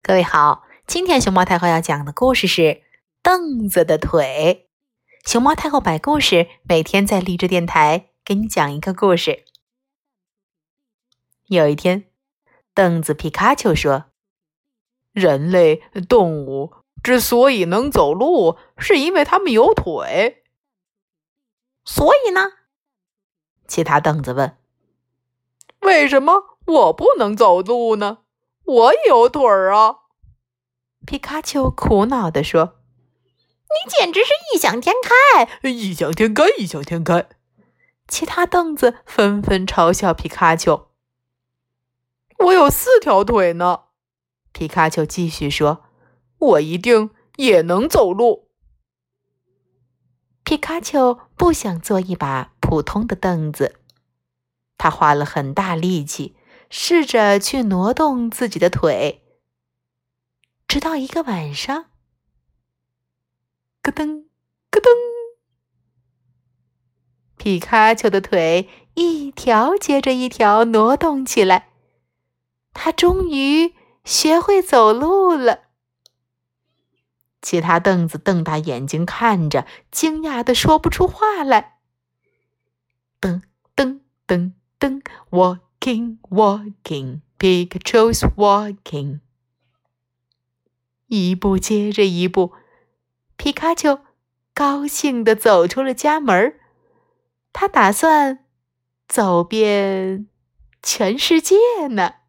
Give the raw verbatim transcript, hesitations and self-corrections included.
各位好，今天熊猫太后要讲的故事是凳子的腿。熊猫太后摆故事，每天在励志电台给你讲一个故事。有一天，凳子皮卡丘说，人类动物之所以能走路，是因为它们有腿。所以呢？其他凳子问，为什么我不能走路呢？我有腿儿啊！皮卡丘苦恼地说，你简直是异想天开！异想天开，异想天开！其他凳子纷纷嘲笑皮卡丘。我有四条腿呢！皮卡丘继续说，我一定也能走路。皮卡丘不想做一把普通的凳子，他花了很大力气，试着去挪动自己的腿，直到一个晚上，咯噔咯噔，皮卡丘的腿一条接着一条挪动起来，他终于学会走路了。其他凳子瞪大眼睛看着，惊讶地说不出话来。噔噔噔噔 ，walking walking, Pikachu's walking。一步接着一步，皮卡丘高兴地走出了家门，他打算走遍全世界呢。